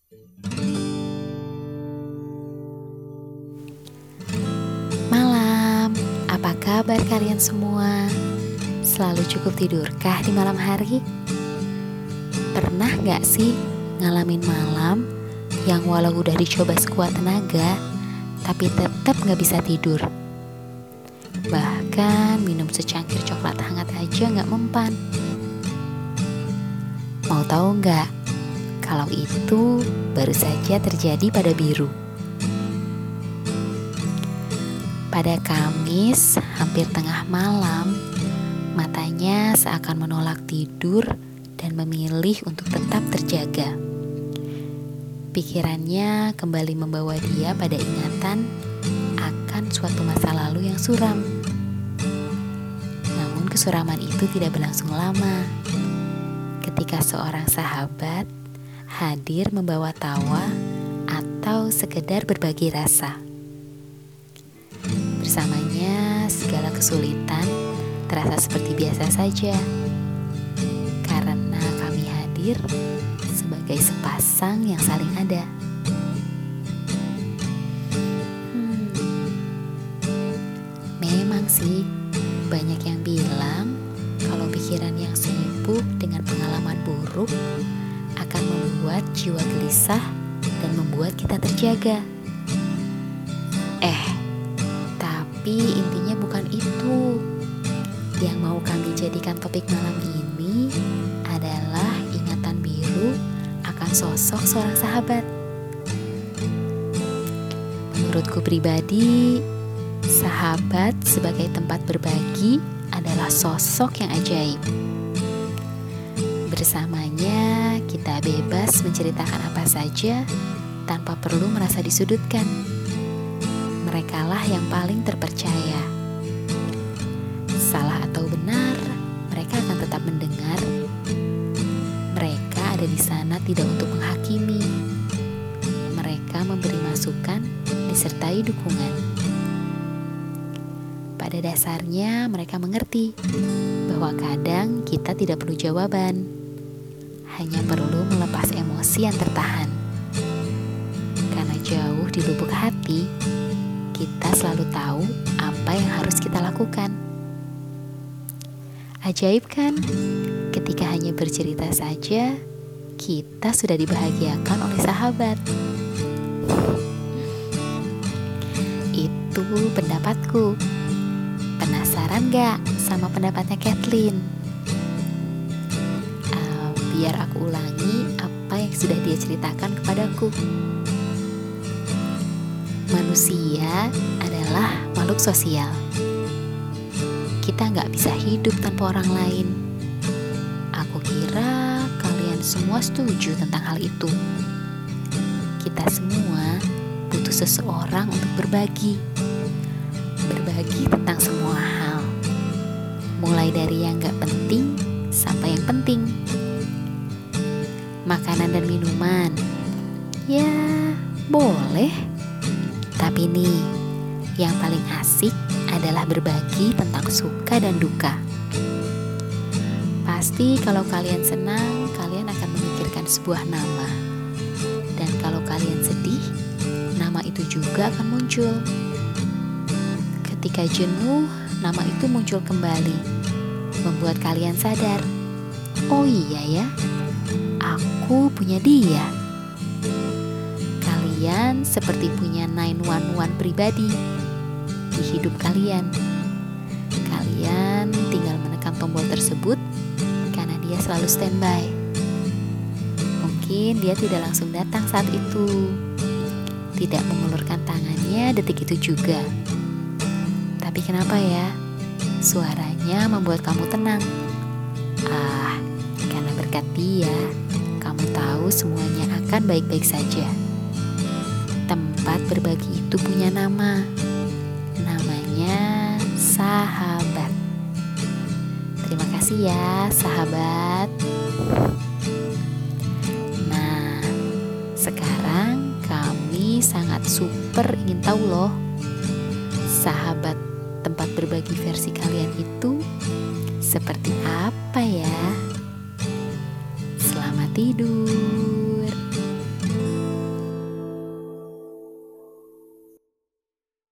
Malam, apa kabar kalian semua? Selalu cukup tidurkah di malam hari? Pernah gak sih ngalamin malam yang walau udah dicoba sekuat tenaga, tapi tetap gak bisa tidur? Bahkan minum secangkir coklat hangat aja gak mempan. Mau tahu gak? Kalau itu baru saja terjadi pada Biru. Pada Kamis, hampir tengah malam, matanya seakan menolak tidur dan memilih untuk tetap terjaga. Pikirannya kembali membawa dia pada ingatan akan suatu masa lalu yang suram. Namun kesuraman itu tidak berlangsung lama. Ketika seorang sahabat hadir membawa tawa atau sekedar berbagi rasa. Bersamanya segala kesulitan terasa seperti biasa saja, karena kami hadir sebagai sepasang yang saling ada. Memang sih banyak yang bilang kalau pikiran yang sibuk dengan pengalaman buruk akan membuat jiwa gelisah dan membuat kita terjaga. Tapi intinya bukan itu. Yang mau kami jadikan topik malam ini adalah ingatan Biru akan sosok seorang sahabat. Menurutku pribadi, sahabat sebagai tempat berbagi adalah sosok yang ajaib. Bersamanya kita bebas menceritakan apa saja tanpa perlu merasa disudutkan. Merekalah yang paling terpercaya. Salah atau benar, mereka akan tetap mendengar. Mereka ada di sana tidak untuk menghakimi. Mereka memberi masukan disertai dukungan. Pada dasarnya mereka mengerti bahwa kadang kita tidak perlu jawaban, hanya perlu melepas emosi yang tertahan. Karena jauh di lubuk hati, kita selalu tahu apa yang harus kita lakukan. Ajaib kan? Ketika hanya bercerita saja, kita sudah dibahagiakan oleh sahabat. Itu pendapatku. Penasaran gak sama pendapatnya Kathleen? Biar aku ulangi apa yang sudah dia ceritakan kepadaku. Manusia adalah makhluk sosial. Kita gak bisa hidup tanpa orang lain. Aku kira kalian semua setuju tentang hal itu. Kita semua butuh seseorang untuk berbagi. Berbagi tentang semua hal. Mulai dari yang gak penting sampai yang penting. Makanan dan minuman, ya boleh. Tapi nih, yang paling asik adalah berbagi tentang suka dan duka. Pasti kalau kalian senang, kalian akan memikirkan sebuah nama. Dan kalau kalian sedih, nama itu juga akan muncul. Ketika jenuh, nama itu muncul kembali, membuat kalian sadar, oh iya ya, aku punya dia. Kalian seperti punya 911 pribadi di hidup kalian. Kalian tinggal menekan tombol tersebut karena dia selalu standby. Mungkin dia tidak langsung datang saat itu, tidak mengulurkan tangannya detik itu juga. Tapi kenapa ya, suaranya membuat kamu tenang. Karena berkat dia, kamu tahu semuanya akan baik-baik saja. Tempat berbagi itu punya nama. Namanya sahabat. Terima kasih ya sahabat. Nah, sekarang kami sangat super ingin tahu loh, sahabat tempat berbagi versi kalian itu seperti apa ya? Selamat tidur.